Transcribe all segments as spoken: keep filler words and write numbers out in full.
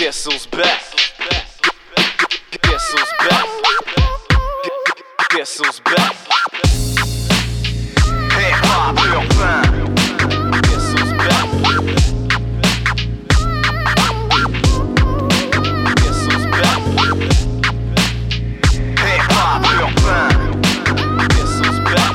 Guess who's back? Guess who's back? Guess who's back? Hip-hop urbain. Guess who's back? Guess who's back? Hip-hop urbain. Guess who's back?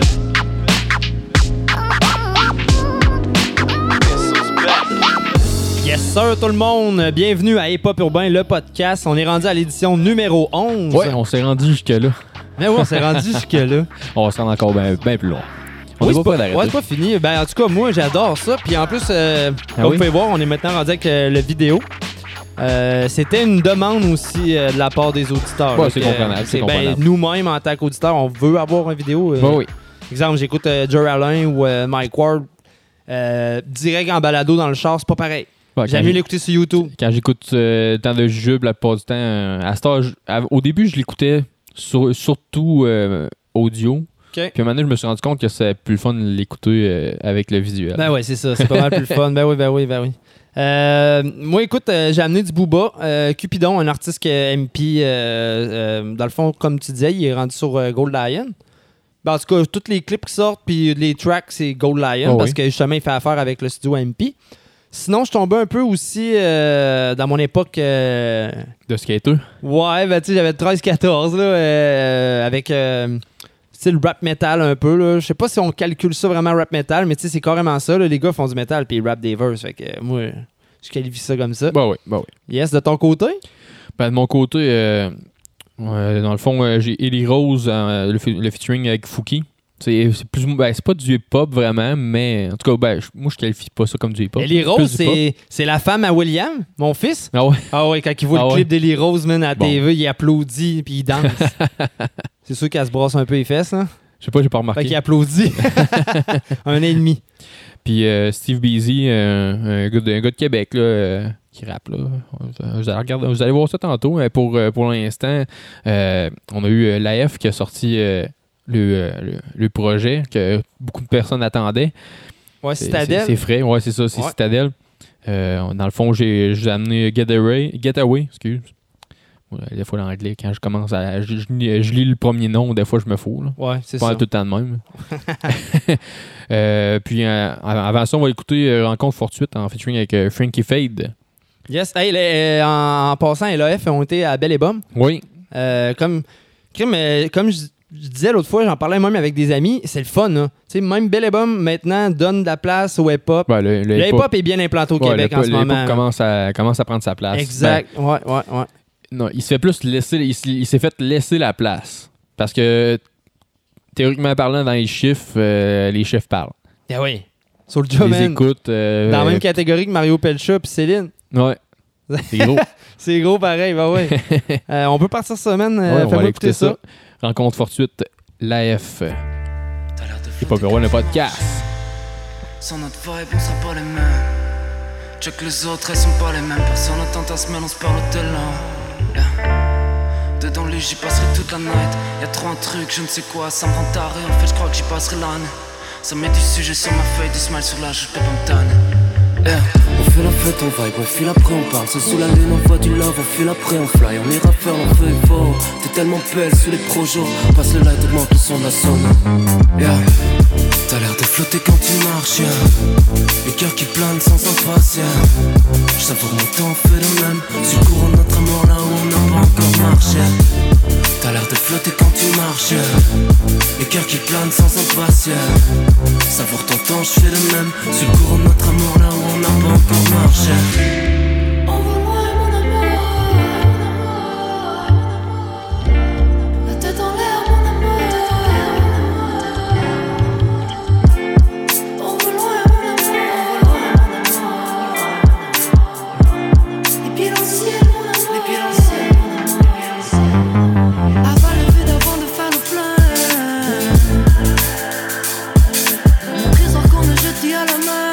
Guess who's back? Yes sir tout le monde, bienvenue à Hip Hop Urbain, le podcast. On est rendu à l'édition numéro onze. Ouais, on s'est rendu jusque-là. Mais oui, on s'est rendu jusque-là. On va se rendre encore bien ben plus loin. On Oui, n'est c'est pas pas, prêt d'arrêter. ouais, c'est pas fini. Ben, en tout cas, moi, j'adore ça. Puis en plus, euh, Ah comme oui? vous pouvez voir, on est maintenant rendu avec euh, le vidéo. Euh, c'était une demande aussi euh, de la part des auditeurs. Ouais, là, c'est que, comprenable, c'est ben, comprenable. nous-mêmes, en tant qu'auditeurs, on veut avoir une vidéo. euh, Bah oui. Exemple, j'écoute euh, Joe Alain ou euh, Mike Ward euh, direct en balado dans le char, c'est pas pareil. Ouais, J'aime quand mieux j'ai- l'écouter sur YouTube. Quand j'écoute euh, tant de jujubes, la plupart du temps, euh, à cette heure, je- à- au début, je l'écoutais sur- surtout euh, audio. OK. Puis à un moment donné, je me suis rendu compte que c'est plus le fun de l'écouter euh, avec le visuel. Ben ouais, c'est ça. C'est pas mal plus le fun. Ben oui, ben oui, ben oui. Euh, moi, écoute, euh, j'ai amené du Booba. Euh, Cupidon, un artiste que M P, euh, euh, dans le fond, comme tu disais, il est rendu sur euh, Gold Lion. Ben, en tout cas, tous les clips qui sortent, puis les tracks, c'est Gold Lion, Oh parce oui. que justement, il fait affaire avec le studio M P. Sinon, je tombais un peu aussi euh, dans mon époque. euh, De skater. Ouais, ben tu sais, j'avais treize quatorze, là, euh, avec euh, style rap metal un peu, là. Je sais pas si on calcule ça vraiment rap metal, mais tu sais, c'est carrément ça, là. Les gars font du metal puis ils rappent des verses, fait que euh, moi, je qualifie ça comme ça. Bah oui, bah oui. Yes, de ton côté? Ben, de mon côté, euh, ouais, dans le fond, euh, j'ai Ellie Rose, euh, le, fi- le featuring avec Fouki. C'est c'est plus, ben, c'est pas du hip-hop vraiment, mais en tout cas, ben, je- moi, je qualifie pas ça comme du hip-hop. Ellie C'est Rose, plus du pop. c'est, c'est la femme à William, mon fils. Ah ouais? Ah ouais, quand il voit Ah le ouais? clip d'Ellie Rose, man, à la Bon. T V, il applaudit puis il danse. C'est sûr qu'elle se brasse un peu les fesses, hein? Je sais pas, j'ai pas Fait remarqué. qu'il applaudit. Un et demi. Puis euh, Steve Beasy, euh, un, gars de, un gars de Québec là, euh, qui rappe. Là. Vous, allez regarder, vous allez voir ça tantôt. Mais pour, euh, pour l'instant, euh, on a eu euh, l'A F qui a sorti euh, le, euh, le, le projet que beaucoup de personnes attendaient. Ouais, C'est- Citadel. C'est, c'est frais, ouais, c'est ça, c'est Ouais. Citadel. Euh, dans le fond, j'ai, j'ai amené Getaway, Getaway, excuse. Ouais, des fois, l'anglais, quand je commence à. Je, je, je lis le premier nom, des fois, je me fous. Là. Ouais, c'est Pas ça. tout le temps de même. Euh, puis euh, avant ça, on va écouter euh, Rencontre fortuite en featuring avec euh, Frankie Fade. Yes. Hey, les- euh, en, en passant, L A F ont été à Belle et Bomme. Oui. Euh, comme crime, euh, comme je, je disais l'autre fois, j'en parlais même avec des amis, c'est le fun. Hein. Tu sais, même Belle et Bomme maintenant donne de la place au hip-hop. Ouais, le, le le hip-hop, hip-hop est bien implanté au ouais, Québec le- en ce le hip-hop moment. commence à, commence à prendre sa place. Exact. ouais, ouais, ouais. Ben, non, il se fait plus laisser. Il, s- il s'est fait laisser la place. Parce que théoriquement parlant, dans les chiffres, euh, les chiffres parlent. Ah oui. Sur le Je job, les man. écoute. euh, Dans la même catégorie que Mario Pelcha puis Céline. Ouais. C'est gros. C'est gros pareil, bah ouais. Euh, on peut partir cette semaine. Euh, Ouais, on va Fais-moi aller écouter ça. Rencontre fortuite, l'A F. T'as l'air de Hip Hop Urbain, le podcast. Sans notre vibe, on sera pas les mêmes. Check les autres, elles sont pas les mêmes. Personne n'attend ta semaine, on se parle au tel là. Yeah. Dedans le lit, j'y passerai toute la night. Y'a trop un truc, je ne sais quoi, ça me rend taré. En fait, je crois que j'y passerai l'année. Ça met du sujet sur ma feuille, du smile sur la joue, je peux pas me tanner. Yeah. On fait la fête, on vibe, on file après, on parle. C'est sous la lune, on voit du love, on file après, on fly. On ira faire l'enfeu fort. T'es tellement belle sous les projets. Passe le light, augmente le son de la sonne. Yeah. T'as l'air de flotter quand tu marches, yeah. Les cœurs qui planent sans impatience, yeah. Je savoure mon temps, fait de même. Sur le courant de notre amour là où on n'a pas encore marché. T'as l'air de flotter quand tu marches, yeah. Les cœurs qui planent sans impatience, yeah. Savoure ton temps, je fais de même. Sur le courant de notre amour là où on n'a pas encore marché. Envoie-moi mon amour, la tête en l'air mon amour. Envoie-moi mon amour, les pieds dans le ciel mon amour. Les pieds dans le ciel mon amour. Avant le vide, avant de faire le plein. Mon trésor qu'on me jette à la main.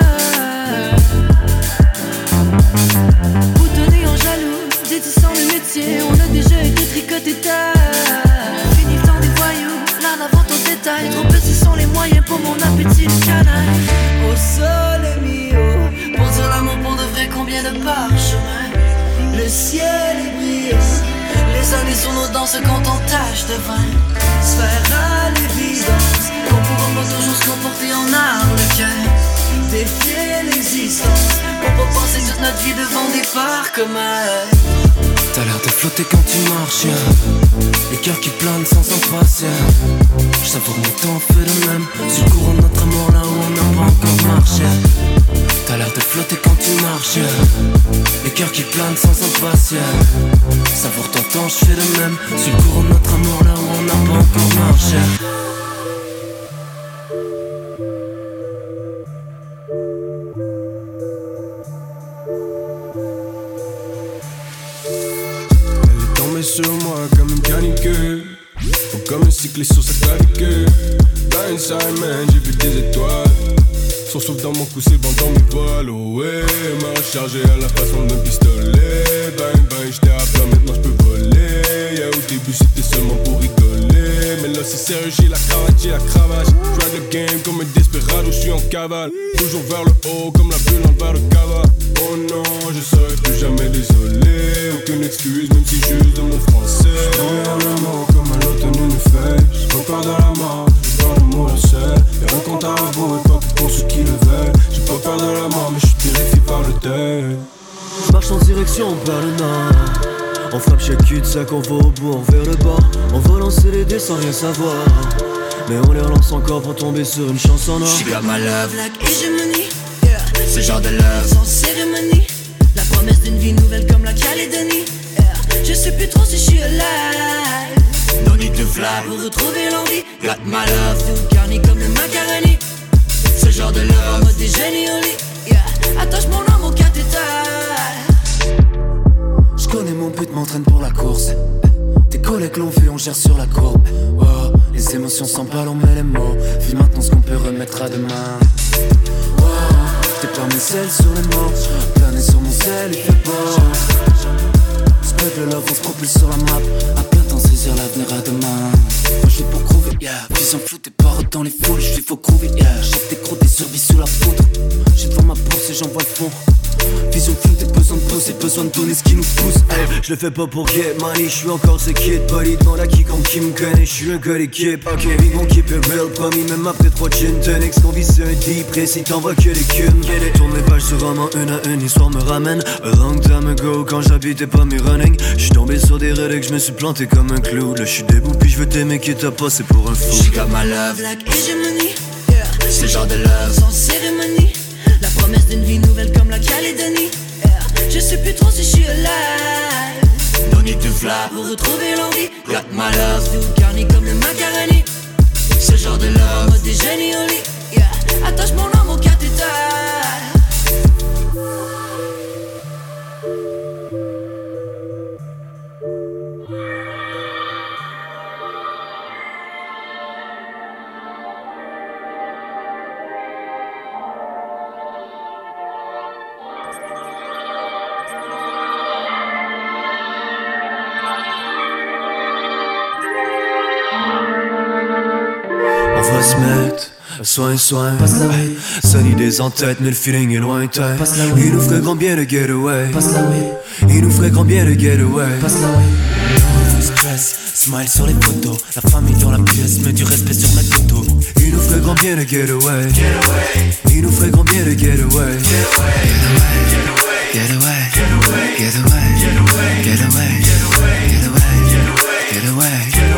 Vous tenez en jaloux, détissant le métier. On a déjà été tricoté tard. Fini le temps des voyous, l'un avant ton détail. Trop peu, ce sont les moyens pour mon appétit de canaille. Au sol mio, pour dire l'amour pour de vrai, combien de parchemins. le ciel est brillant. Les années sur nos danses quand on tâche de vin. Se faire à l'évidence qu'on pourra pas toujours se comporter en arlequin. Défier l'existence pour pas passer toute notre vie devant des parcs communs. T'as l'air de flotter quand tu marches, yeah. Les cœurs qui planent sans impatience, yeah. J'savoure mon temps fait de même. Sur le courant de notre amour là où on n'a pas encore marché. T'as l'air de flotter quand tu marches, yeah. Les cœurs qui planent sans impatience, yeah. Savoure ton temps, j'fais de même. Sur le courant de notre amour là où on n'a pas encore marché. Sur moi comme une canicule, ou comme un cycliste sur sa clavicule. Blindside man, j'ai vu des étoiles. Son souffle dans mon cou, c'est le vent dans mes voiles. Oh ouais, m'a rechargé à la façon d'un pistolet. Bang bang, j'étais à plat, maintenant j'peux voler. Yeah, au début c'était seulement pour rigoler, mais là c'est sérieux, j'ai la cravate, j'ai la cravache. J'ride le game comme un desperado, j'suis en cavale. Toujours vers le haut, comme la bulle dans le verre de cava. Oh non, je serai plus jamais désolé. Aucune excuse, même si j'use de mon français. J'prends l'amour comme à l'automne une feuille. J'ai pas peur de la mort, j'ai peur de mourir seul. Y'a un compte à rebours et pas que pour ceux qui le veulent. J'ai pas peur de la mort, mais j'suis terrifié par le deuil. Marche en direction vers le nord. On frappe chaque cul-de-sac, on va au bourg vers le bord. On va lancer les dés sans rien savoir, mais on les relance encore pour tomber sur une chanson noire. She got my love, Like hégémonie, yeah. ce genre de love. Sans cérémonie, la promesse d'une vie nouvelle comme la Calédonie, yeah. Je sais plus trop si je suis alive. No need to fly, Pour retrouver l'envie, got my love. tout garni comme le macaroni. Ce genre de En love. mode déjeuner au lit, yeah. Attache mon âme au cathéter. J'connais mon but, m'entraîne pour la course. Tes collègues l'ont vu, on gère sur la courbe. Wow, les émotions s'emballent, on met les mots. Vis maintenant ce qu'on peut remettre à demain. Wow, t'es parmi celles sur les mots. Planer sur mon sel, il fait beau. Spread le love, on se propulse sur la map. À plein temps saisir l'avenir à demain. Moi j'suis pour crever, yeah. Vision floue, tes paroles dans les foules. J'suis faut crever, yeah. Chaque des crocs, des survies sous la poudre. J'ai devant ma bourse et j'en vois le fond. Vision floue, t'es besoin de poser, besoin de donner ce qui nous pousse. Hey, je le fais pas pour get money, je suis encore ce kid body. Demande à quiconque qui me connaît, je suis un gars d'équipe. Ok, we gon' keep it real, promis, même après trois gin tonics. Qu'on vit sur un deep précis, t'envoies que des cumes. Tourne les pages sur roman, une à une, l'histoire me ramène. A long time ago, quand j'habitais pas mes running. J'suis tombé sur des reliques, j'me suis planté comme un clou. Là j'suis debout, puis j'veux t'aimer, qui t'a passé pour un fou. She got my love, Like hégémonie, yeah. ce genre de love. Sans cérémonie, la promesse d'une vie nouvelle comme la Calédonie, yeah. Je sais plus trop si je suis alive. No need to fly, Pour retrouver l'envie, got my love. tout garni comme le macaroni. Ce genre de En love. mode déjeuner au lit, yeah. Attache mon âme au cathéter. On va se mettre soin, soin. Passe la weed, Sunny des en tête, mais le feeling est lointain. Passe la weed. Il nous ferait grand bien le getaway. passe la weed, Il nous ferait grand bien le getaway. passe la weed. Full stress, smile sur les photos. La famille dans la pièce, mets du respect sur mes photos. Il nous ferait grand bien le getaway. Il nous ferait grand bien le getaway. Get away, get away, get away, get away, get away, get away, get away, get away, get away,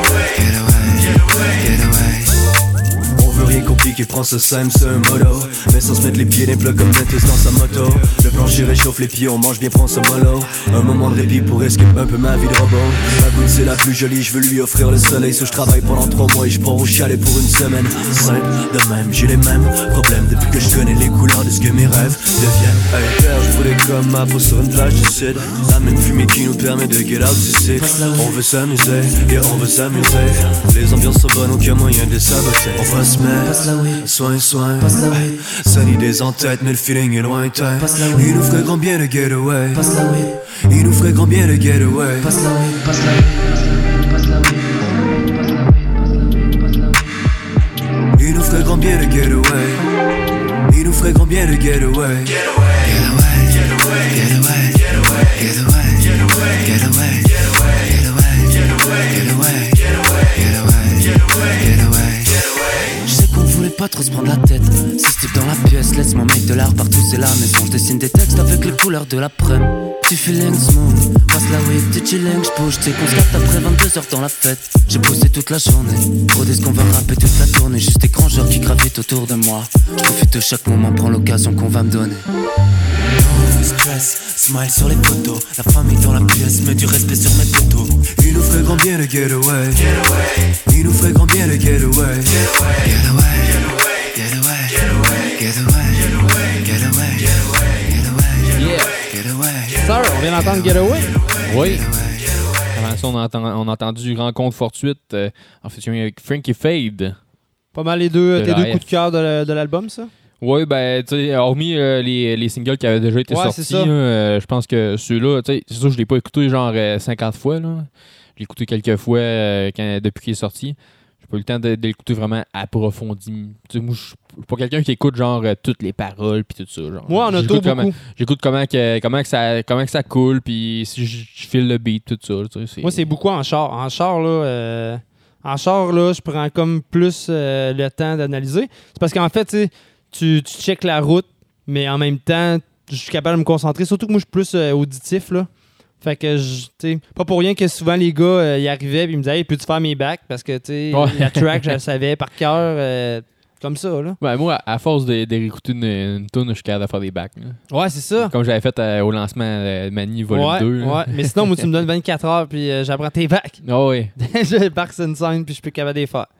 get away. On veut rien compliquer, prends ce simple, c'est un modo. Mais sans se mettre les pieds des blocs comme Ventus dans sa moto. Le plancher réchauffe les pieds, on mange bien, prends ce mollo. Un moment de répit pour escape un peu ma vie de robot. Ma goutte c'est la plus jolie, je veux lui offrir le soleil. So je travaille pendant trois mois et je pars au chalet pour une semaine. Simple de même, j'ai les mêmes problèmes depuis que je connais les couleurs de ce que mes rêves deviennent. Hey père, je voulais comme ma peau sur une plage du sud. La même fumée qui nous permet de get out du site. On veut s'amuser, yeah on veut s'amuser. Les ambiances sont bonnes, aucun moyen de les saboter. On va se Passe la mettre weed, soin, soin. passe la weed, Sunny des en tête, mais le feeling est lointain. Passe la weed. Il nous ferait grand bien le getaway. passe la weed, Il nous ferait grand bien le getaway. passe la weed, passe la weed, passe la weed. Il nous ferait grand bien le getaway. Il nous ferait grand bien le getaway. Get away, get away, get away, get away, get away. pas trop se prendre la tête. Si Steve dans la pièce, laisse-moi make de l'art partout, c'est la maison. Je dessine des textes avec les couleurs de l'après-midi. Tu feeling smooth, passe la weed, tu chilling, j'bouge. T'sais qu'on se capte après vingt-deux heures dans la fête. J'ai bossé toute la journée, trop ce qu'on va rapper toute la tournée. Juste des grands genres qui gravitent autour de moi. J'profite de chaque moment, prends l'occasion qu'on va me donner. No stress, smile sur les photos. La famille dans la pièce, mets du respect sur mes potos. Il nous ferait grand bien le getaway. Il nous ferait grand bien le getaway. Getaway, getaway, getaway, getaway, getaway, Yeah. getaway. Sir, on vient d'entendre Getaway. Oui. Avant ça, on a, entendu, on a entendu Rencontre fortuite euh, en featuring avec Frankie Fade. Pas mal les deux, De tes la deux coups de cœur de, de l'album, ça? Oui, ben, tu sais, hormis euh, les, les singles qui avaient déjà été Ouais, sortis, c'est ça. euh, je pense que ceux-là, tu sais, c'est sûr que je l'ai pas écouté genre euh, cinquante fois, là. Je l'ai écouté quelques fois euh, quand, depuis qu'il est sorti. J'ai pas eu le temps de, de l'écouter vraiment approfondi. Tu sais, moi, je suis pas quelqu'un qui écoute genre euh, toutes les paroles puis tout ça. Genre. Moi, en auto, J'écoute beaucoup. comment, j'écoute comment que, comment que ça, comment que ça coule, puis si je, je file le beat, tout ça. Tu sais, c'est... Moi, c'est beaucoup en char. En char, là, euh, en char, là, je prends comme plus euh, le temps d'analyser. C'est parce qu'en fait, tu sais, tu tu checkes la route, mais en même temps, je suis capable de me concentrer. Surtout que moi, je suis plus euh, auditif, là. Fait que, je- tu sais, pas pour rien que souvent les gars, euh, ils arrivaient et ils me disaient, hey, peux-tu faire mes backs? Parce que, tu sais, Ouais. la track, je la savais par cœur, euh, comme ça, là. Ben, moi, à force de, de réécouter une, une tune, je suis capable de faire des backs. Là. Ouais, c'est ça. Comme j'avais fait euh, au lancement de Mani Volume ouais, deux. là. ouais. Mais sinon, moi, tu me donnes vingt-quatre heures puis euh, j'apprends tes backs. Ah oui. Je barque sur une scène puis je peux capable de les faire.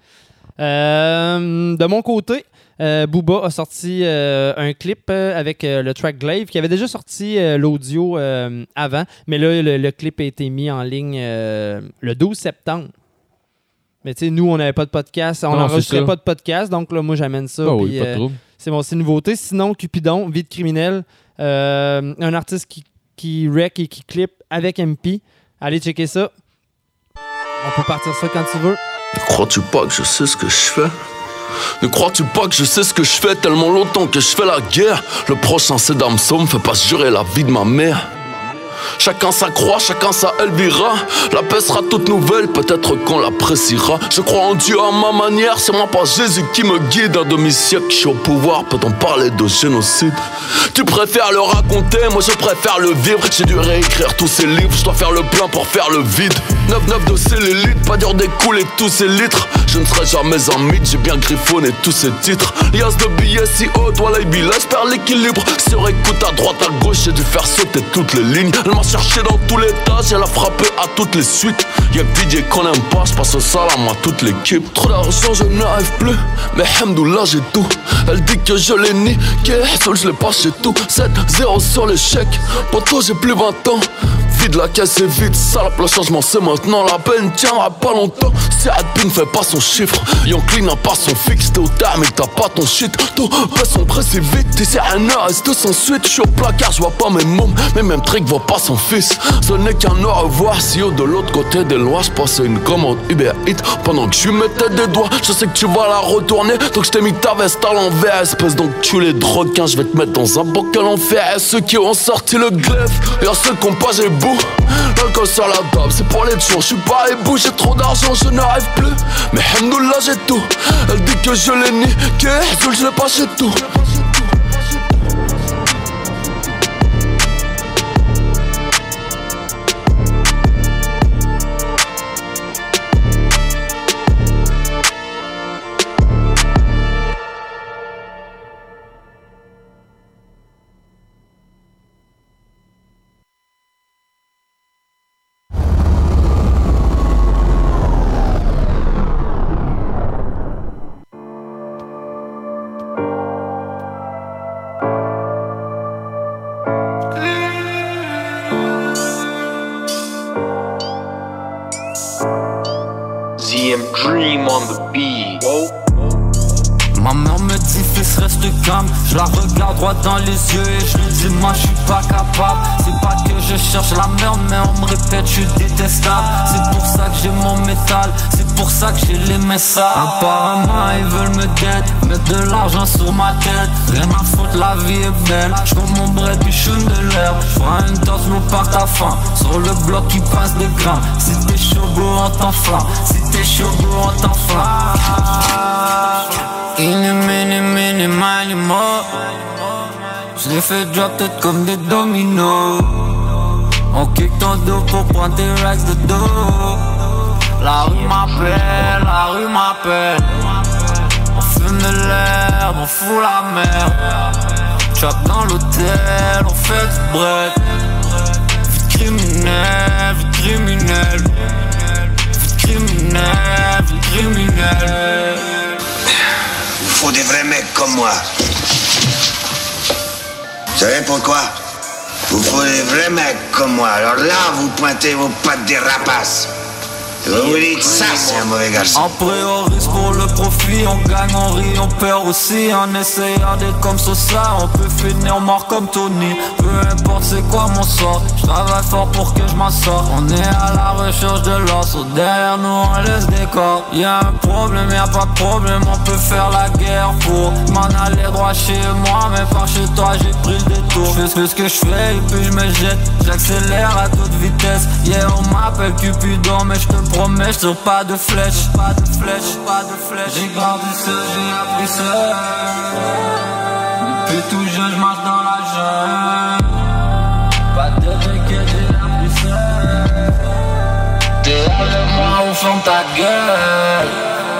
Euh, de mon côté, euh, Booba a sorti euh, un clip euh, avec euh, le track Glaive qui avait déjà sorti euh, l'audio euh, avant, mais là, le, le clip a été mis en ligne euh, le douze septembre. Mais tu sais, nous, on n'avait pas de podcast, on Non, n'enregistrait c'est ça. pas de podcast, donc là, moi, j'amène ça. Ah oui, puis, pas de euh, trouble. c'est mon c'est une nouveauté. Sinon, Cupidon, Vie de criminel, euh, un artiste qui, qui rec et qui clip avec M P. Allez checker ça. On peut partir ça quand tu veux. Ne crois-tu pas que je sais ce que je fais? Ne crois-tu pas que je sais ce que je fais tellement longtemps que je fais la guerre? Le prochain c'est Damso, me fait pas jurer la vie de ma mère. Chacun sa croix, chacun sa Elvira. La paix sera toute nouvelle, peut-être qu'on l'appréciera. Je crois en Dieu à ma manière, c'est moi pas Jésus qui me guide. Un demi-siècle, je suis au pouvoir, peut-on parler de génocide? Tu préfères le raconter, moi je préfère le vivre. J'ai dû réécrire tous ces livres, je dois faire le plein pour faire le vide. neuf neuf de cellulite, pas dur d'écouler tous ces litres. Je ne serai jamais un mythe, j'ai bien griffonné tous ces titres. Liasse de billets si haut, toi la billet, j'perds l'équilibre. Sur écoute à droite, à gauche, j'ai dû faire sauter toutes les lignes. Elle m'a cherché dans tous les tâches, elle a frappé à toutes les suites. Y'a que D J qu'on aime pas, j'passe au salam à toute l'équipe. Trop d'argent, je n'arrive plus, mais hamdoullah j'ai tout. Elle dit que je l'ai niqué, seul je l'ai pas chez tout. sept zéro sur le chèque, poto j'ai plus vingt ans. Vide la caisse est vide, salope, le changement c'est maintenant. La peine tiendra pas longtemps, si Adpi ne fait pas son chiffre. Yonkli n'a pas son fixe, t'es au terme et t'as pas ton shit. Tout peut s'empresser vite, t'es c'est un reste sans suite. J'suis au placard, j'vois pas mes mômes, mais même Trick voit pas son fils. Ce n'est qu'un au revoir, si au de l'autre côté des lois, j'passais une commande Uber Eats. Pendant que je lui mettais des doigts, je sais que tu vas la retourner. Donc j't'ai mis ta veste à l'envers, espèce d'enculé de requin. J'vais te mettre dans un bocal en fer. Et ceux qui ont sorti le glaive, et à ceux qui ont pas j'ai beau. L'alcool sur la table, c'est pour les jours. J'suis pas ébou, j'ai trop d'argent, je n'arrive plus. Mais hamdoullah j'ai tout. Elle dit que je l'ai niqué, seul je l'ai pas chez tout. Z M Dream on the beat. Ma mère me dit fils reste calme. Je la regarde droit dans les yeux et je lui dis moi je suis pas capable. C'est pas que je cherche la merde mais on me répète je suis détestable. C'est pour ça que j'ai mon métal, c'est pour ça que j'ai les mains sales. Apparemment ils veulent me dead, mettre de l'argent sur ma tête. Rien à foutre, la vie est belle. J'compte mon bread puis j'fume de l'herbe. J'prends une danse nous part ta faim. Sur le bloc qui passe des grains. Si t'es chaud go on t'enflamme. Si t'es chaud go on t'enflamme. Illuminé se les fait drop tête comme des dominos. On kick ton dos pour prendre tes racks de dos. La rue m'appelle, la rue m'appelle. On fume de l'herbe, on fout la merde. Chop dans l'hôtel, on fait du bread. Vie de criminel, vie de criminel. Vie de criminel, vie de criminel. Il vous faut des vrais mecs comme moi. Vous savez pourquoi? Vous faut des vrais mecs comme moi. Alors là, vous pointez vos pattes des rapaces. Et vous vous dites, ça, c'est un mauvais garçon. En priorise pour le profit, on gagne, on rit, on perd aussi. En essayant d'être comme Sosa, on peut finir mort comme Tony. Peu importe c'est quoi mon sort, je travaille fort pour que je m'en sorte. On est à la recherche de l'or, so derrière nous on laisse des corps. Y'a un problème, y'a pas de problème, on peut faire la guerre pour m'en aller droit chez moi, mais par chez toi j'ai pris le détour. Je fais ce que je fais et puis je me jette, j'accélère à toute vitesse. Yeah, on m'appelle Cupidon, mais je te promets, je tire pas de flèche, pas de flèche, pas de flèche. J'ai grandi seul, j'ai appris seul. Depuis tout jeune, je marche dans la jungle. Pas de briquet, j'ai appris seul. Derrière le moi au fond de ta gueule.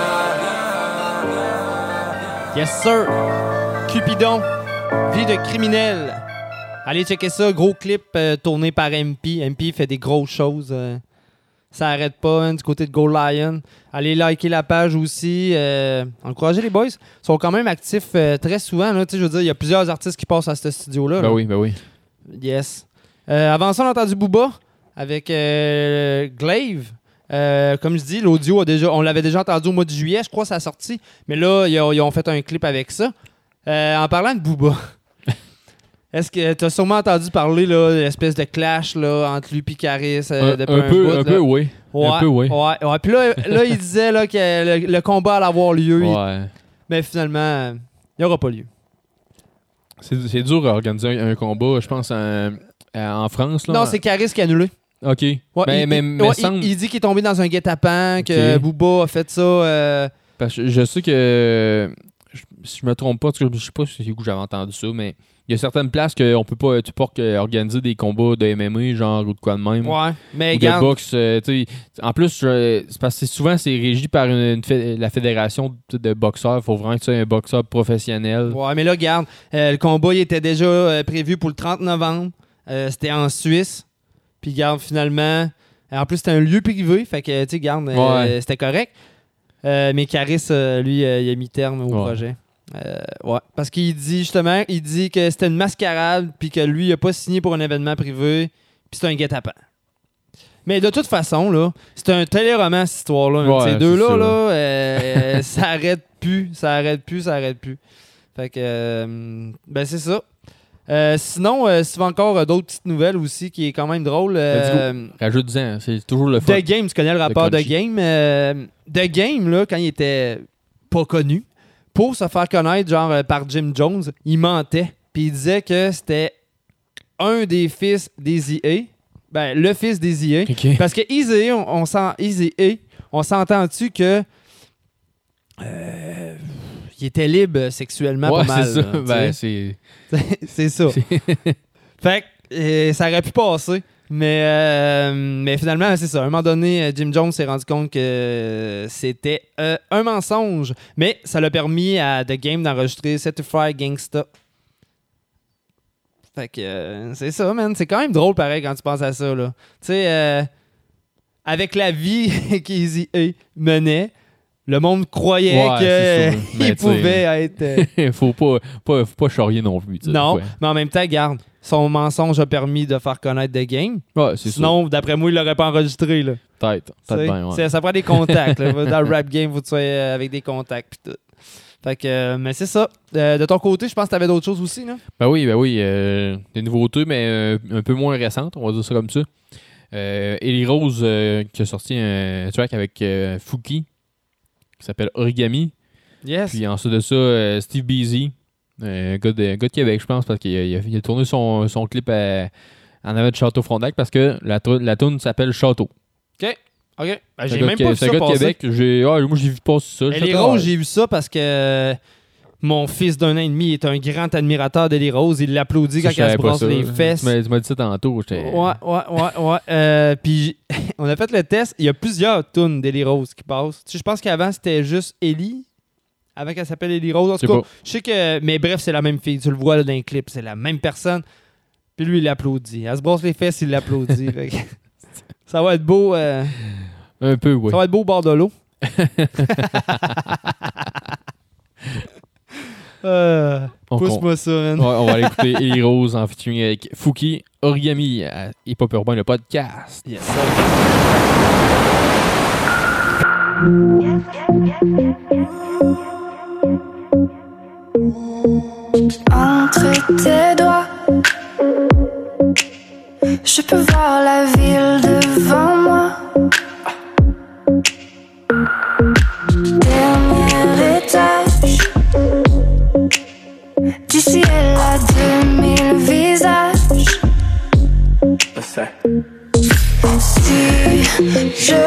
Yes sir! Cupidon, vie de criminel. Allez checker ça, gros clip euh, tourné par M P. M P fait des grosses choses. Euh, ça arrête pas hein, du côté de Gold Lion. Allez liker la page aussi. Euh, encouragez les boys. Ils sont quand même actifs euh, très souvent. Là, je veux dire, il y a plusieurs artistes qui passent à ce studio-là. Ben là. oui, ben oui. Yes. Euh, avant ça, on a entendu Booba avec euh, Glaive. Euh, comme je dis, l'audio, a déjà, on l'avait déjà entendu au mois de juillet, je crois, ça a sorti. Mais là, ils ont, ils ont fait un clip avec ça. Euh, en parlant de Booba, est-ce que tu as sûrement entendu parler là, de l'espèce de clash là, entre lui et Caris euh, Un, depuis un, un, peu, bout, un là. peu, oui. Ouais, un peu, oui. Ouais, ouais. Puis là, là, il disait là, que le, le combat allait avoir lieu. Ouais. Il- mais finalement, il n'y aura pas lieu. C'est, c'est dur à organiser un, un combat, je pense, en, en France. Là. Non, c'est Caris qui a annulé. OK. Ouais, mais il, mais, il- me ouais, semble... il, il dit qu'il est tombé dans un guet-apens, que Ok. Booba a fait ça. Euh... Parce que je sais que... je- Si je me trompe pas, parce que je sais pas si c'est où j'avais entendu ça, mais il y a certaines places qu'on peut pas... Tu peux pas que- organiser des combats de M M A, genre, ou de quoi de même. Ouais, mais Ou de regarde. boxe. euh, tu sais. En plus, je- c'est parce que souvent, c'est régi par une, une fé- la fédération de, de boxeurs. Il faut vraiment que tu sois un boxeur professionnel. Ouais, mais là, regarde, euh, le combat il était déjà euh, prévu pour le trente novembre. Euh, c'était en Suisse. Puis, regarde, finalement. En plus, c'était un lieu privé. Fait que, tu sais, regarde, euh, Ouais. c'était correct. Euh, mais Caris, euh, lui, euh, il a mis terme au Ouais. projet. Euh, ouais. Parce qu'il dit justement, il dit que c'était une mascarade. Puis que lui, il a pas signé pour un événement privé. Puis c'est un guet-apens. Mais de toute façon, là, c'est un téléroman, cette histoire-là. Ouais, Ces c'est deux-là, ça. là, euh, ça arrête plus. Ça arrête plus, ça arrête plus. Fait que, euh, ben, c'est ça. Euh, sinon, euh, si tu veux encore euh, d'autres petites nouvelles aussi qui est quand même drôle. Euh, Rajoute-en, c'est toujours le fun. The Game, tu connais le rappeur De The Conchi. Game. Euh, The Game, là, quand il était pas connu, pour se faire connaître genre euh, par Jim Jones, il mentait. Puis il disait que c'était un des fils d'Eazy A. Ben, le fils d'Eazy A. OK. Parce que Eazy A, on, on, s'en- Eazy A, on s'entend-tu que euh, il était libre sexuellement Ouais, pas mal. c'est ça. là, Ben, tu sais. c'est... c'est ça. Fait que euh, ça aurait pu passer. Mais, euh, mais finalement, c'est ça. À un moment donné, euh, Jim Jones s'est rendu compte que euh, c'était euh, un mensonge. Mais ça l'a permis à The Game d'enregistrer Certified Gangsta. Fait que euh, c'est ça, man. C'est quand même drôle, pareil, quand tu penses à ça, là. Tu sais, euh, avec la vie qu'Eazy A menait, le monde croyait Ouais, c'est sûr. Mais qu'il tu sais, pouvait être... euh, faut pas, pas, faut pas charrier non plus. tu sais, non, ouais. mais en même temps, garde, son mensonge a permis de faire connaître The Game. Ouais, c'est Sinon, d'après moi, il l'aurait pas enregistré. Là. ça. Peut-être. Peut-être T'sais, bien, ouais. c'est- Ça prend des contacts. là. Dans le rap game, il faut que tu sois euh, avec des contacts pis tout. Fait que, euh, mais c'est ça. Euh, de ton côté, je pense que tu avais d'autres choses aussi. Là. Ben oui, ben oui. Euh, des nouveautés, mais euh, un peu moins récentes, on va dire ça comme ça. Euh, Ellie Rose euh, qui a sorti un track avec euh, Fouki qui s'appelle Origami. Yes. Puis ensuite de ça, euh, Steve Beasy, un gars de, un gars de Québec, je pense, parce qu'il a, il a, il a tourné son, son clip à- en avant de Château-Frontenac parce que la, tru- la tune s'appelle Château. OK. OK. Ben, C'est j'ai un gars même de- pas vu c'est ça un gars de passer. Québec. J'ai, ah, moi, j'ai vu passer ça. Et J'ai les fait, ah, Roses, j'ai vu ça parce que euh, Mon fils d'un an et demi est un grand admirateur d'Ellie Rose. Il l'applaudit quand elle se brosse les fesses. Tu m'as, tu m'as dit ça tantôt. J'étais... Ouais, ouais, ouais, ouais. Euh, puis on a fait le test. Il y a plusieurs tunes d'Ellie Rose qui passent. Tu sais, je pense qu'avant, c'était juste Ellie. Avant qu'elle s'appelle Ellie Rose. En tout cas, je sais que... Mais bref, c'est la même fille. Tu le vois là, dans les clips. C'est la même personne. Puis lui, il l'applaudit. Elle se brosse les fesses, il l'applaudit. Fait que ça va être beau. Euh... Un peu, oui. Ça va être beau au bord de l'eau. Euh, pousse-moi ça, man. Ouais, on va aller écouter Ellie Rose en featuring avec Fouki Origami à Hip Hop Urbain, le podcast. Yes, Entre tes doigts, je peux voir la ville devant moi. Dernier étage, du ciel à deux mille visages. Si je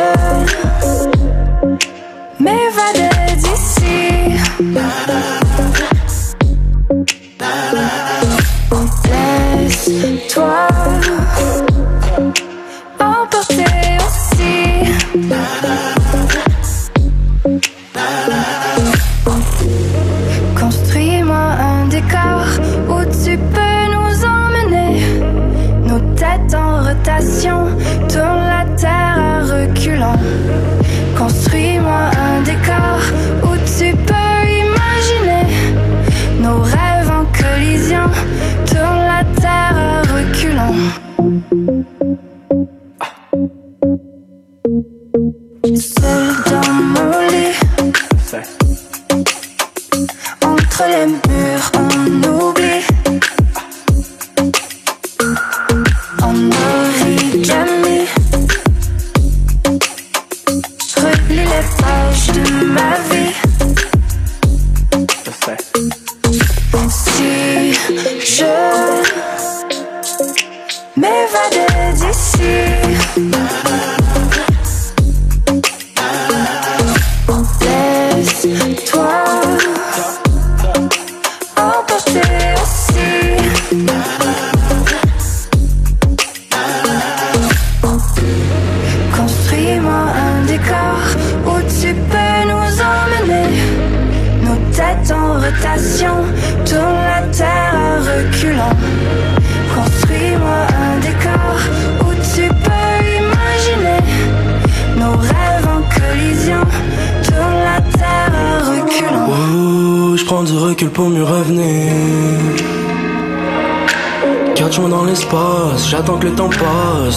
m'évadais d'ici, laisse-toi emporter aussi. Construis-moi un décor où tu peux nous emmener. Nos têtes en rotation, tourne la terre à reculons. Construis-moi un décor où tu peux imaginer. Nos rêves en collision, tourne la terre à reculons. Seul dans mon lit, entre les murs on oublie. En origami, je relis les pages de ma vie. Si je m'évadais d'ici, laisse-toi emporter aussi. Construis-moi un décor où tu peux nous emmener. Nos têtes en rotation, tourne la terre à reculons. Construis-moi un décor où tu peux imaginer. Nos rêves en collision, tourne la terre à reculons. Oh, je prends du recul pour mieux revenir. Catch-moi dans l'espace, j'attends que le temps passe.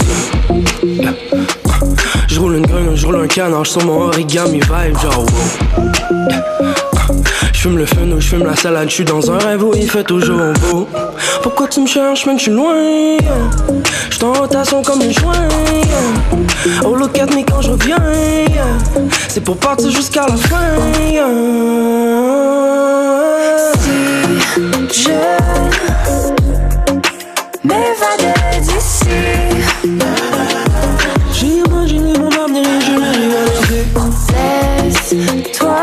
Je roule une graine, je roule un canard sur mon origami vibe, genre wow. J'fume le fun ou j'fume la salade, j'suis dans un rêve où il fait toujours beau. Pourquoi tu me cherches, man, j'suis loin. J'suis en rotation comme une joint. Oh look at me quand je reviens. C'est pour partir jusqu'à la fin. Si je m'évadais d'ici, j'ai imaginé mon avenir et je l'ai réalisé. Laisse-toi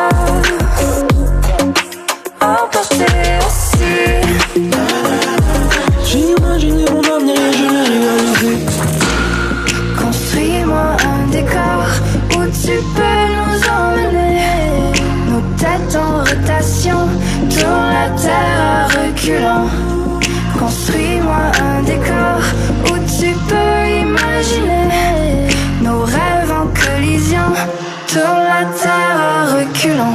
emporter aussi. J'ai imaginé mon avenir et je l'ai réalisé. Construis-moi un décor où tu peux nous emmener. Nos têtes en rotation, tourne la terre à reculons. Construis-moi un décor où tu peux imaginer. Nos rêves en collision, tourne la terre à reculons.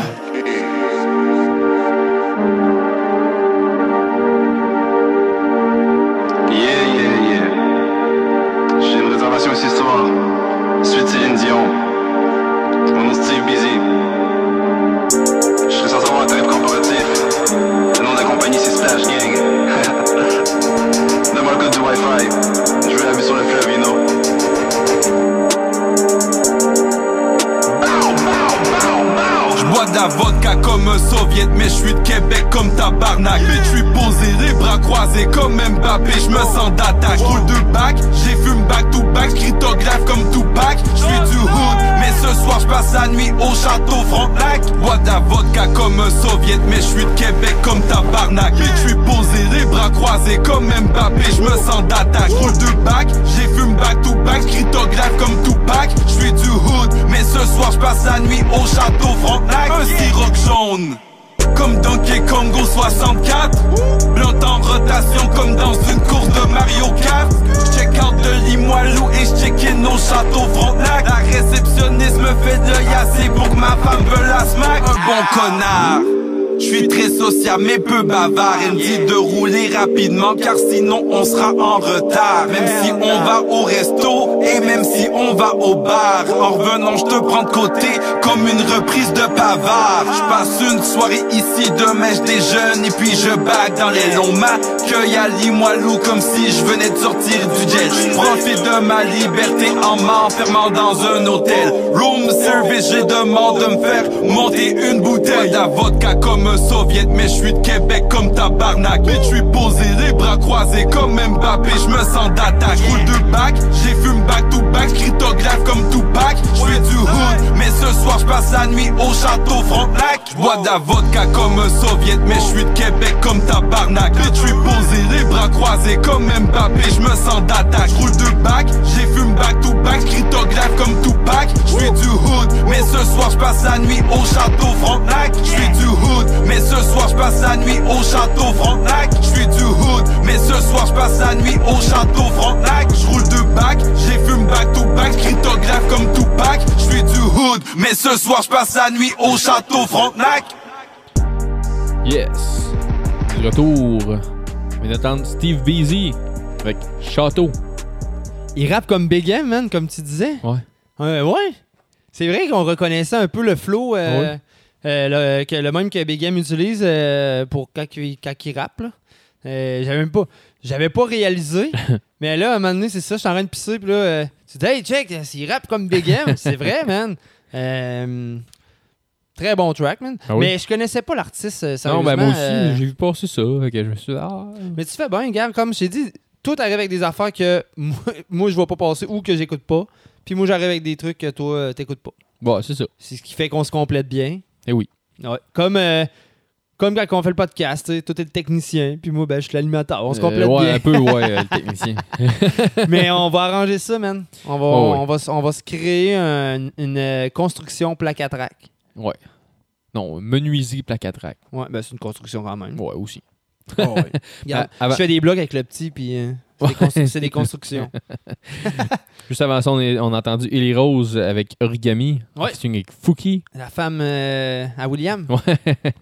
Yeah, yeah, yeah. J'ai une réservation ici ce soir. Suite Céline Dion. Mon nom Steve Busy. Je serais censé avoir un tarif corporatif. Le nom de la compagnie c'est Splash Gang. Donne-moi le code du Wi-Fi. soviète, mais je suis de Québec comme tabarnak. Mais je suis posé, les bras croisés comme Mbappé, je me sens d'attaque. Roule deux bacs, j'ai fume back to back, cryptographe comme Tupac. Je suis du hood, mais ce soir je passe la nuit au château Frontenac. Bois de la vodka comme un soviète, mais je suis de Québec comme tabarnak. Mais je suis posé, les bras croisés comme Mbappé, je me sens d'attaque. Roule deux bacs, j'ai fume back to back, cryptographe comme Tupac. Je suis du hood, mais ce soir je passe la nuit au château Frontenac. Un siroc jaune comme Donkey Kongo soixante-quatre. Blanc en rotation comme dans une course de Mario Kart. J'check out de Limoilou et j'check in au château Frontenac. La réceptionniste me fait de l'œil assez pour que ma femme veut la smack. Un bon connard. Je suis très sociable mais peu bavard. Elle me dit de rouler rapidement car sinon on sera en retard. Même si on va au resto et même si on va au bar. En revenant je te prends de côté comme une reprise de Pavard. Je passe une soirée ici, demain je déjeune et puis je bague dans les longs mâts. Cueille à Limoilou comme si je venais de sortir du jet. Je profite de ma liberté en m'enfermant dans un hôtel. Room service, j'ai demande de me faire monter une bouteille. La vodka comme un soviète, mais je suis de Québec comme tabarnak. Mais je suis posé, les bras croisés comme Mbappé, je me sens d'attaque. Roule deux bacs, j'ai fume back to back, cryptographe comme Tupac. Je suis du hood, mais ce soir je passe la nuit au château Frontenac. Je bois de la vodka comme un soviète, mais je suis de Québec comme tabarnak. Mais je suis posé, les bras croisés comme Mbappé, je me sens d'attaque. Roule deux bacs, j'ai fume back to back, cryptographe comme Tupac. Je suis du hood, mais ce soir je passe la nuit au château Frontenac. Je suis du hood, mais ce soir je passe la nuit au château Frontenac. Je suis du hood, mais ce soir je passe la nuit au château Frontenac. Je roule deux bacs, j'ai fume back to back, cryptographe comme Tupac. Je suis du hood, mais ce soir je passe la nuit au château Frontenac. Yes. De retour. On vient d'entendre Steve Beasy avec Château. Il rappe comme Big M, man, comme tu disais. Ouais. Euh, ouais. C'est vrai qu'on reconnaissait un peu le flow, euh, ouais. euh, le, que, le même que Big M utilise euh, pour quand il, quand il rappe. Là. Euh, j'avais même pas, j'avais pas réalisé. Mais là, à un moment donné, c'est ça, je suis en train de pisser. Puis là, euh, tu dis, hey, check, il rappe comme Big M. C'est vrai, man. Euh, très bon track, man. Ah oui? Mais je connaissais pas l'artiste, euh, sérieusement. Non, ben moi aussi, euh... j'ai vu passer ça. Okay, je me suis dit, ah. Mais tu fais bien, gars. Comme je t'ai dit, tout arrive avec des affaires que moi, moi je vois pas passer ou que j'écoute pas. Puis moi, j'arrive avec des trucs que toi, euh, t'écoutes pas. Bon, c'est ça. C'est ce qui fait qu'on se complète bien. Eh oui. Ouais. Comme, euh, comme quand on fait le podcast, toi, t'es le technicien, puis moi, ben, je suis l'animateur. On se complète euh, ouais, bien. un peu, ouais, euh, le technicien. Mais on va arranger ça, man. On va, oh, oui. on va, on va se créer un, une euh, construction plaque à track. Ouais. Non, menuiserie plaque à track. Ouais, ben c'est une construction quand même. Ouais, aussi. Oh, ouais. Regarde, avant... Je fais des blocs avec le petit, puis euh, c'est, ouais. des constru- c'est des constructions. Juste avant ça, on, est, on a entendu Ellie Rose avec Origami. Ouais. C'est avec Fouki. La femme euh, à William. Ouais.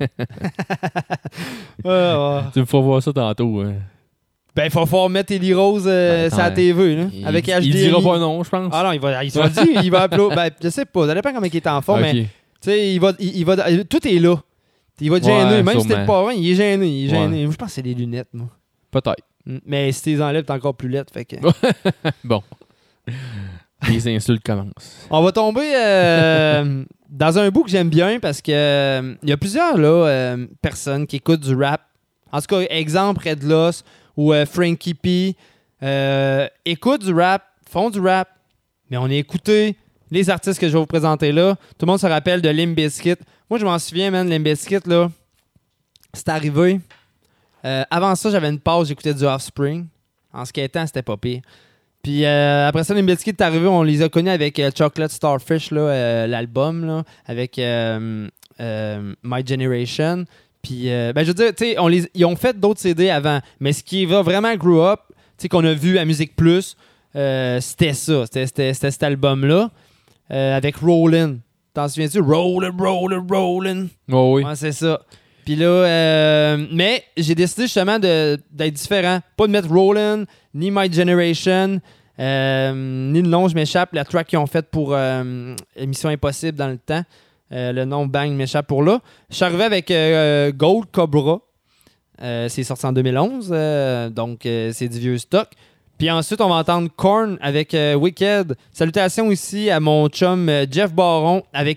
ouais, ouais. Tu me feras voir ça tantôt. Hein. Ben, il va falloir mettre Ellie Rose euh, ben, sur la T V, là, il, avec H D M I. Il dira pas non, je pense. Ah non, il va, il va dire, il va applaudir. Ben, je sais pas, ça dépend comment il est en forme, okay. Mais tu sais, il va, il, il va, tout est là. Il va te gêner, ouais, même sûrement. Si t'es le parrain, il est gêné, il est gêné. Ouais. Moi, je pense que c'est des lunettes, moi. Peut-être. Mais si t'es enlèves, t'es encore plus laide, fait que... Bon. Les insultes commencent. On va tomber euh, dans un bout que j'aime bien parce que euh, y a plusieurs là, euh, personnes qui écoutent du rap. En tout cas, exemple, Red Loss ou euh, Frankie P. Euh, écoutent du rap, font du rap, mais on a écouté les artistes que je vais vous présenter là. Tout le monde se rappelle de Limp Bizkit. Moi, je m'en souviens, man, Limp Bizkit, là, c'est arrivé. Euh, avant ça, j'avais une pause, j'écoutais du Offspring. En skatant, c'était pas pire. Puis euh, après ça, Limp Bizkit est arrivé, on les a connus avec euh, Chocolate Starfish, là, euh, l'album, là, avec euh, euh, My Generation. Puis, euh, ben, je veux dire, tu sais, on les, ils ont fait d'autres C D avant, mais ce qui va vraiment grow up, tu sais, qu'on a vu à Musique Plus, euh, c'était ça, c'était, c'était, c'était cet album-là, euh, avec Rollin'. T'en souviens-tu? Rollin', Rollin', Rollin'. Oh oui. Ouais, c'est ça. Puis là, euh, mais j'ai décidé justement de, d'être différent. Pas de mettre Rollin', ni My Generation, euh, ni le nom, je m'échappe, la track qu'ils ont faite pour euh, Mission Impossible dans le temps. Euh, le nom Bang m'échappe pour là. Je suis arrivé avec euh, Gold Cobra. Euh, c'est sorti en deux mille onze, euh, donc euh, c'est du vieux stock. Puis ensuite, on va entendre Korn avec euh, Wicked. Salutations ici à mon chum euh, Jeff Baron, avec qui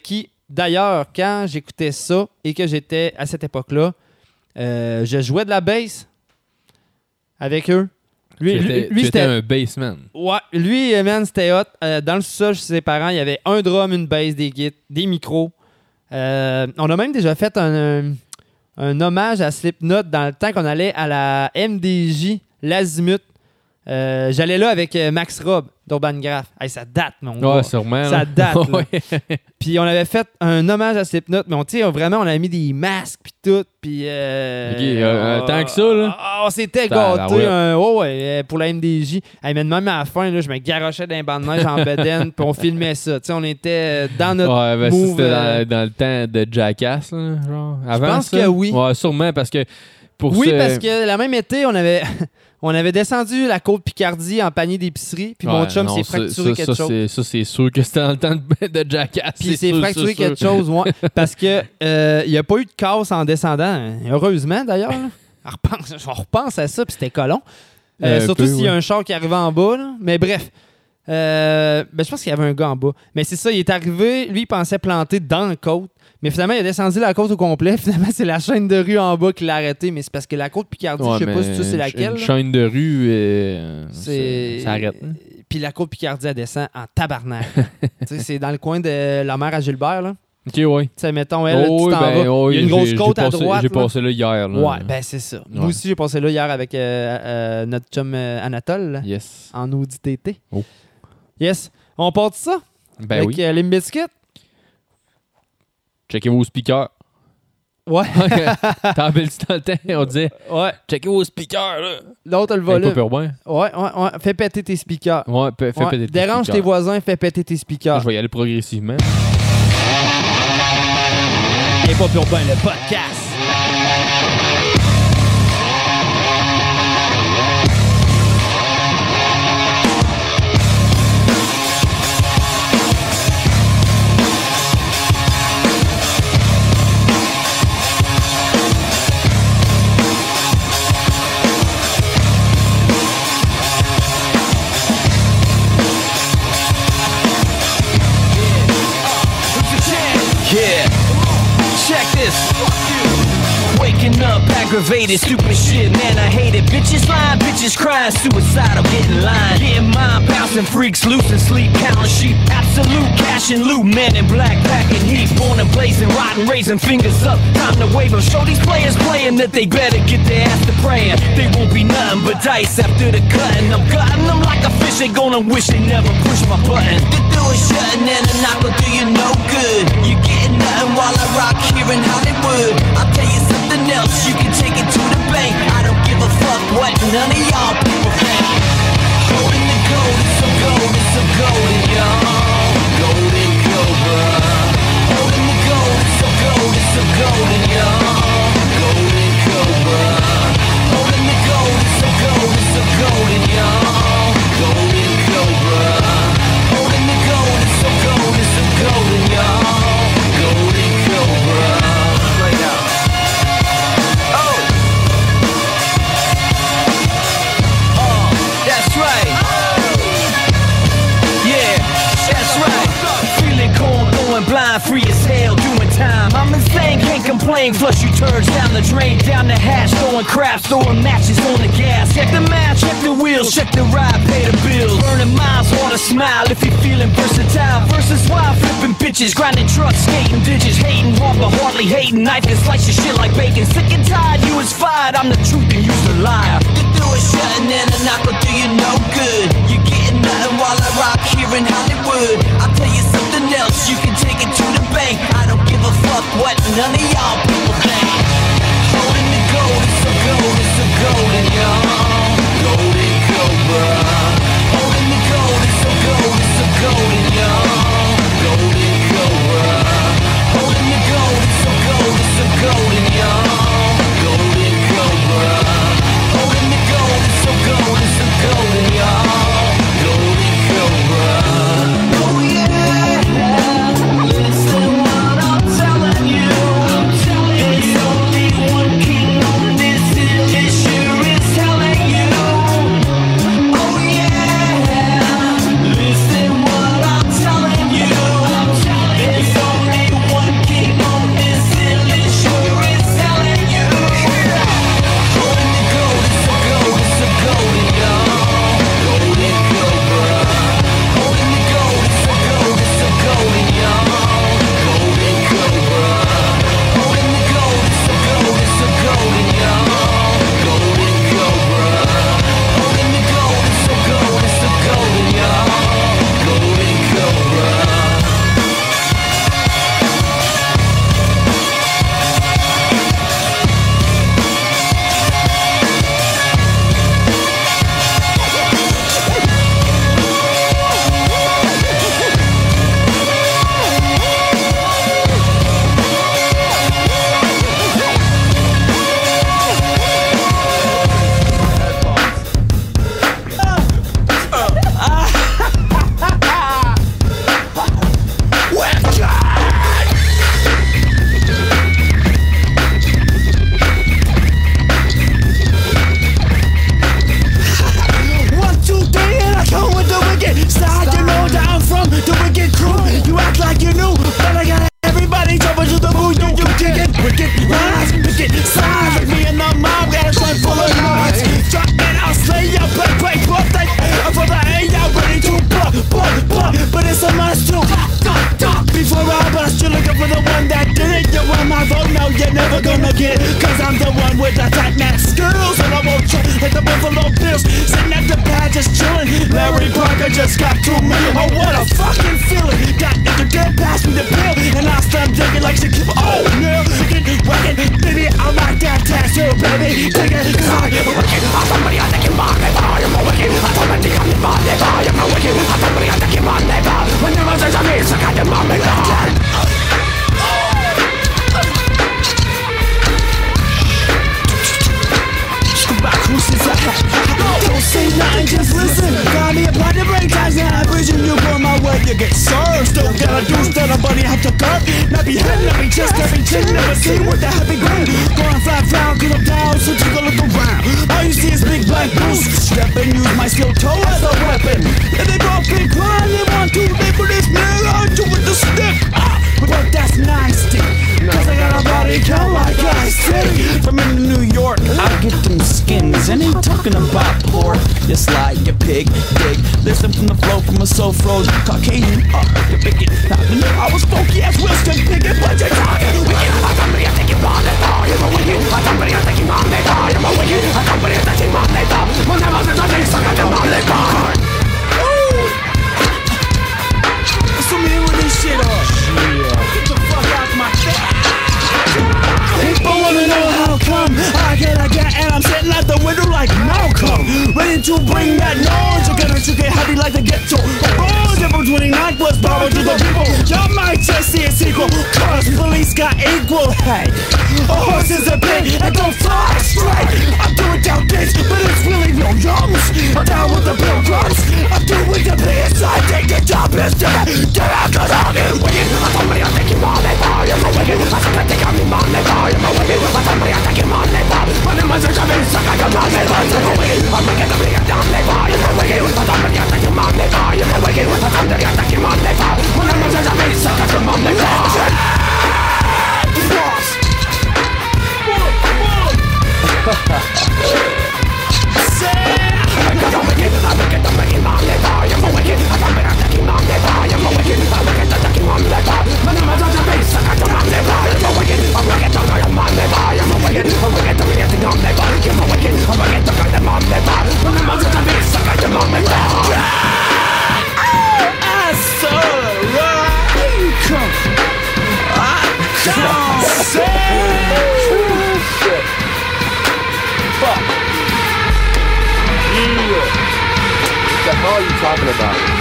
D'ailleurs, quand j'écoutais ça et que j'étais à cette époque-là, euh, je jouais de la bass avec eux. Lui, tu lui, étais, lui tu c'était étais un bassman. Ouais, lui, man, c'était hot. Euh, dans le sol chez ses parents, il y avait un drum, une bass, des guides, des micros. Euh, on a même déjà fait un, un, un hommage à Slipknot dans le temps qu'on allait à la M D J, l'Azimut. Euh, j'allais là avec euh, Max Rob d'Urban Graph. Hey, ça date, mon Ouais, gars. sûrement. Ça là. date. là. Ouais. Puis on avait fait un hommage à Slipknot, mais on, tu sais, vraiment, on avait mis des masques puis tout. Puis. Euh, Ok, euh, tant que ça, là. Ah, on s'était T'as- gâtés. ouais. un- oh, ouais, euh, pour la M D J. Hey, mais même à la fin, là, je me garochais dans les bancs de neige en bedaine, puis on filmait ça. Tu sais, on était euh, dans notre. Ouais, ben, ça, move, c'était euh, dans, dans le temps de Jackass, là, genre. Avant pense ça? que oui. Ouais, sûrement, parce que pour Oui, ce- parce que la même été, on avait. On avait descendu la côte Picardie en panier d'épicerie, puis mon Ouais, chum non, s'est ça- fracturé ça, quelque ça, chose. c'est- Ça, c'est sûr que c'était dans le temps de, de Jackass. Puis il c'est s'est sûr, fracturé c'est quelque sûr. chose, ouais, parce que euh, il n'y a pas eu de casse en descendant. Heureusement, d'ailleurs. là. On repense, on repense à ça, puis c'était colon. Euh, Euh, surtout peu, s'il y a ouais. un char qui arrivait en bas. Là. Mais bref. Euh, ben, je pense qu'il y avait un gars en bas. Mais c'est ça, il est arrivé, lui, il pensait planter dans la côte. Mais finalement, il a descendu la côte au complet. Finalement, c'est la chaîne de rue en bas qui l'a arrêté. Mais c'est parce que la côte Picardie, Ouais, je sais pas si mais tu sais c'est laquelle. Une là. chaîne de rue, euh, C'est- ça, ça arrête. hein. Puis la côte Picardie, elle descend en tabarnak. Tu sais, c'est dans le coin de la mer à Gilbert. Là. Ok, ouais. Tu sais, mettons, elle, Oh, tu oui, t'en ben, vas. oh, Il y a une oui, grosse j'ai- côte j'ai à passé- droite. J'ai là. passé là hier. Là. Ouais, ben c'est ça. Moi Ouais. aussi, j'ai passé là hier avec euh, euh, notre chum euh, Anatole là, Yes. en Audi T T. Oh. Yes. On part de ça Ben avec oui. euh, Limp Bizkit? Checkez vos speakers. Ouais. T'en rappelles-tu dans le temps? On disait, ouais. checkez vos speakers, là. L'autre a le Hey, volume. pas Urbain. Ouais, ouais, ouais. Fais péter tes speakers. Ouais, pe- fais Ouais. péter tes Dérange speakers. tes voisins, fais péter tes speakers. Je vais y aller progressivement. Et pas urbain, le podcast. Yeah, check this. Waking up aggravated, stupid shit, man, I hate it. Bitches lying, bitches crying, suicidal, getting lying. Getting mind bouncing freaks, loose and sleep, counting sheep. Absolute cash and loot, men in black, packing heat. Born and blazing, rotten, raising fingers up. Time to wave them. Show these players playing that they better get their ass to praying. They won't be nothing but dice after the cutting. I'm cutting them like a fish, they gonna wish they never pushed my button. The door is shutting and a knock will do you no good. You getting nothing while I rock here in Hollywood. I'll tell you something else, you can take it to the bank. I don't give a fuck what none of y'all people think. Holding the gold, it's so gold, it's so golden, y'all. Golden Cobra. Holding the gold, it's so gold, it's so golden, y'all. Golden Cobra. Holding the gold, it's so gold, it's so golden, y'all. Golden Cobra. Holding the gold, it's so gold, it's so golden, y'all. Golden Cobra. Right now. Oh. Oh, that's right. Yeah, that's right. Feeling cold, going blind, free as hell, doing time. I'm insane, can't complain. Flush you turds down the drain, down the hatch, throwing craps, throwing matches on the gas. Check the match, check the wheels, check the ride, pay the bills. Burning miles, wanna smile if you're feeling versatile. Versus wild, flipping bitches, grinding trucks, skating digits, hating hard but hardly hating. Knife can slice your shit like bacon. Sick and tired, you was fired. I'm the truth and you's the liar. The door is shutting and a knock will do you no good. You getting nothing while I rock here in Hollywood. I'll tell you something else, you can take it to the bank. I don't give a fuck what none of y'all people think. Holding the gold, it's so gold, it's so golden, y'all. Golden Cobra. Holding the gold, it's so gold, it's so golden, y'all. Golden Cobra. Holding the gold, it's so gold, it's so golden, y'all. Golden Cobra. Holding the gold, it's so gold, it's so golden, y'all. Golden Cobra. Oh yeah, listen what I'm telling you. I'm telling you. get it, cause I'm the one with the tight neck skills. And I won't check like the Buffalo Bills. Sitting at the pad just chillin'. Larry Parker just got two million. Oh, what a fucking feeling. Got into dead past me the pill. And I start digging like she keep. Oh, no, get working. Baby, I like that tattoo, baby. Take it, cause I am wicked. I'm somebody I think you want me, but I am a wicked. I don't think I'm the body, but I am a wicked. I'm somebody I think you want me, but when you want to me, it's like I can want me, but don't say nothing, just listen. Got me a part of break times and I vision you go my way, you get served. Still gotta do stuff, nobody have to curb. Not be head, not be chest, every chin, never seen with the happy grin. Going flat round, cause I'm down, so take a look around. All you see is big black boots. Step and use my steel toe as a weapon. If they go big crime, they want to, they put this nigga to with the stick. Ah, but that's nasty, cause I got a body count like I said. From in New York, I get them skins and ain't talking about pork. You slide, you pig, dig. Listen from the flow from a soul frozen Caucasian. Uh, you big it poppin'. I was funky as Wilson Pickett, but you're talking wicked. I somebody I think you want that bar, you're a wicked. I somebody I think you want that bar, you're a wicked. I somebody I think you want that bar. When I was in the days, I got them on that bar. So me with this shit up. Get the fuck out my face. People wanna know how come I get I get and I'm sitting at the window like Malcolm, ready to bring that noise. You get it, you get heavy like the ghetto. Oh, December twenty-ninth was power to the people. Y'all might just see a sequel, cause police got equal hate. A horse is a pig and don't fly straight. I'm doing down days, but it's really no youngs. I'm down with the pilgrims. I'm doing the biggest. I think the job is to get out cause I'm getting wicked. I'm somebody I think you want that bar, you're a wicked. I think I'm in my bar. I'm a wicked, I'm somebody I take him on the bar. When I'm a search of it, suck I come on the bar. I'm a wicked, I'm wicked, I'm wicked down the bar. I'm a wicked, I'm somebody I take him on the bar. I'm a wicked, I'm somebody I take him on the bar. When I'm a search of it, suck I come on the bar. Boss. I'm wicked, I'm wicked, I'm wicked on the bar. I'm a wicked, I'm somebody I take him on the bar. I'm a wicked, I'm wicked, I take him on the bar. When I'm a search of it, suck I come on the bar. I'm a wicked, I'm wicked, I'm I'm on the bar, I'm a wicked, I'm wicked, I'm wicked on the bar. I'm a wicked, I'm wicked, I'm on the bar. When I'm out of the beat, suck I'm on the bar. I saw right, come, I can't say fuck. Yeah. What the hell are you talking about?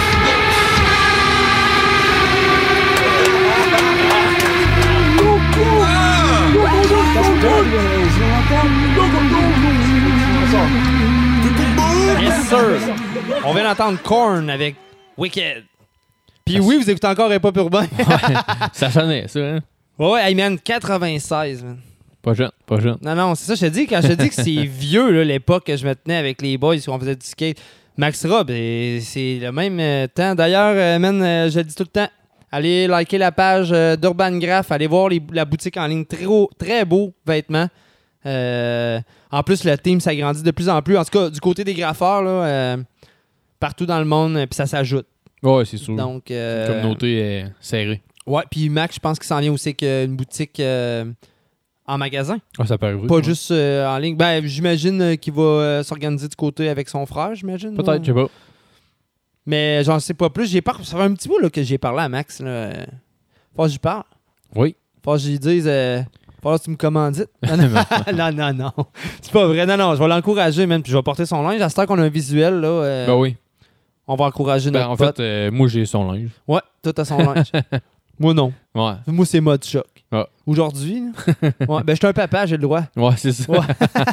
Yes, sir. On vient d'entendre Korn avec Wicked. Puis oui, vous écoutez encore Hip Hop Urbain. Ouais, ça sonnait, ça, hein? Ouais, ouais, hey man, quatre-vingt-seize, man. Pas jeune, pas jeune. Non, non, c'est ça, je te dis, quand je te dis que c'est vieux, là, l'époque que je me tenais avec les boys, qu'on faisait du skate. Max Rob, et c'est le même euh, temps. D'ailleurs, euh, man, euh, je le dis tout le temps, allez liker la page euh, d'Urban Graph, allez voir les, la boutique en ligne, très, très beaux vêtements. Euh, en plus, le team s'agrandit de plus en plus. En tout cas, du côté des graffeurs, là, euh, partout dans le monde, puis ça s'ajoute. Ouais, c'est sûr. Donc, euh, la communauté est serrée. Ouais, puis Max, je pense qu'il s'en vient aussi avec une boutique euh, en magasin. Ah, ça peut arriver. Pas ouais. juste euh, en ligne. Ben, j'imagine qu'il va euh, s'organiser du côté avec son frère, j'imagine. Peut-être, je sais pas. Mais j'en sais pas plus. J'ai par... Ça fait un petit bout là, que j'ai parlé à Max. Là. Faut que j'y parle. Oui. Faut que j'y dise... Euh... Faut que tu me commandites. Non, non, non, non, non. C'est pas vrai. Non, non, je vais l'encourager, même. Puis je vais porter son linge. J'espère qu'on a un visuel, là. Euh... Ben oui. On va encourager ben, notre en pote. fait, euh, moi, j'ai son linge. Ouais, toi, t'as son linge. Moi, non. Ouais. Moi, c'est mode choc. Ouais. Aujourd'hui, ouais, ben, je suis un papa, j'ai le droit. Ouais, c'est ça. Ouais.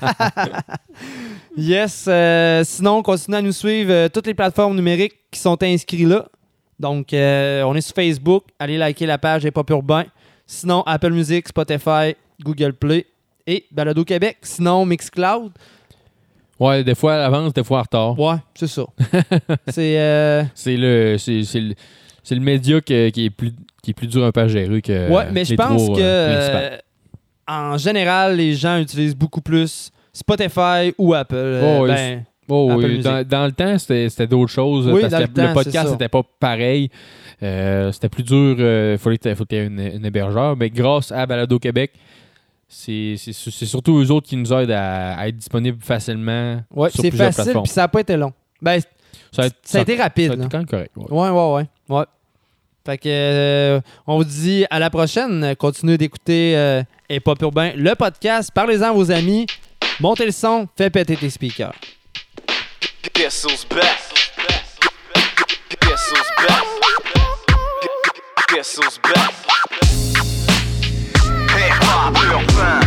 Yes. Euh, sinon, continuez à nous suivre euh, toutes les plateformes numériques qui sont inscrites là. Donc, euh, on est sur Facebook. Allez liker la page Hip Hop Urbain. Sinon, Apple Music, Spotify, Google Play et Balado Québec. Sinon, Mixcloud. Ouais, des fois à l'avance, des fois en retard. Ouais, c'est ça. c'est euh... c'est le c'est, c'est le c'est le média que, qui est plus qui est plus dur un peu à gérer que ouais, mais je pense trois, que euh, euh, en général, les gens utilisent beaucoup plus Spotify ou Apple. Oh, euh, ben, oh, Apple oui. dans, dans le temps, c'était, c'était d'autres choses. Oui, parce dans que le le, temps, podcast, c'est c'était pas pareil. Euh, c'était plus dur. Il euh, fallait que tu aies un hébergeur. Mais grâce à Balado Québec, c'est, c'est, c'est surtout eux autres qui nous aident à, à être disponibles facilement ouais, sur c'est plusieurs facile, plateformes. Puis ça n'a pas été long. Ben, ça a, été, ça a été rapide. Ça a été là. quand même correct. Ouais, ouais, ouais. ouais, ouais. Fait que euh, on vous dit à la prochaine. Continuez d'écouter euh, Hip Hop Urbain, le podcast. Parlez-en à vos amis. Montez le son, faites péter tes speakers. Guess who's back? Guess who's back? Guess who's back? Hip Hop Urbain.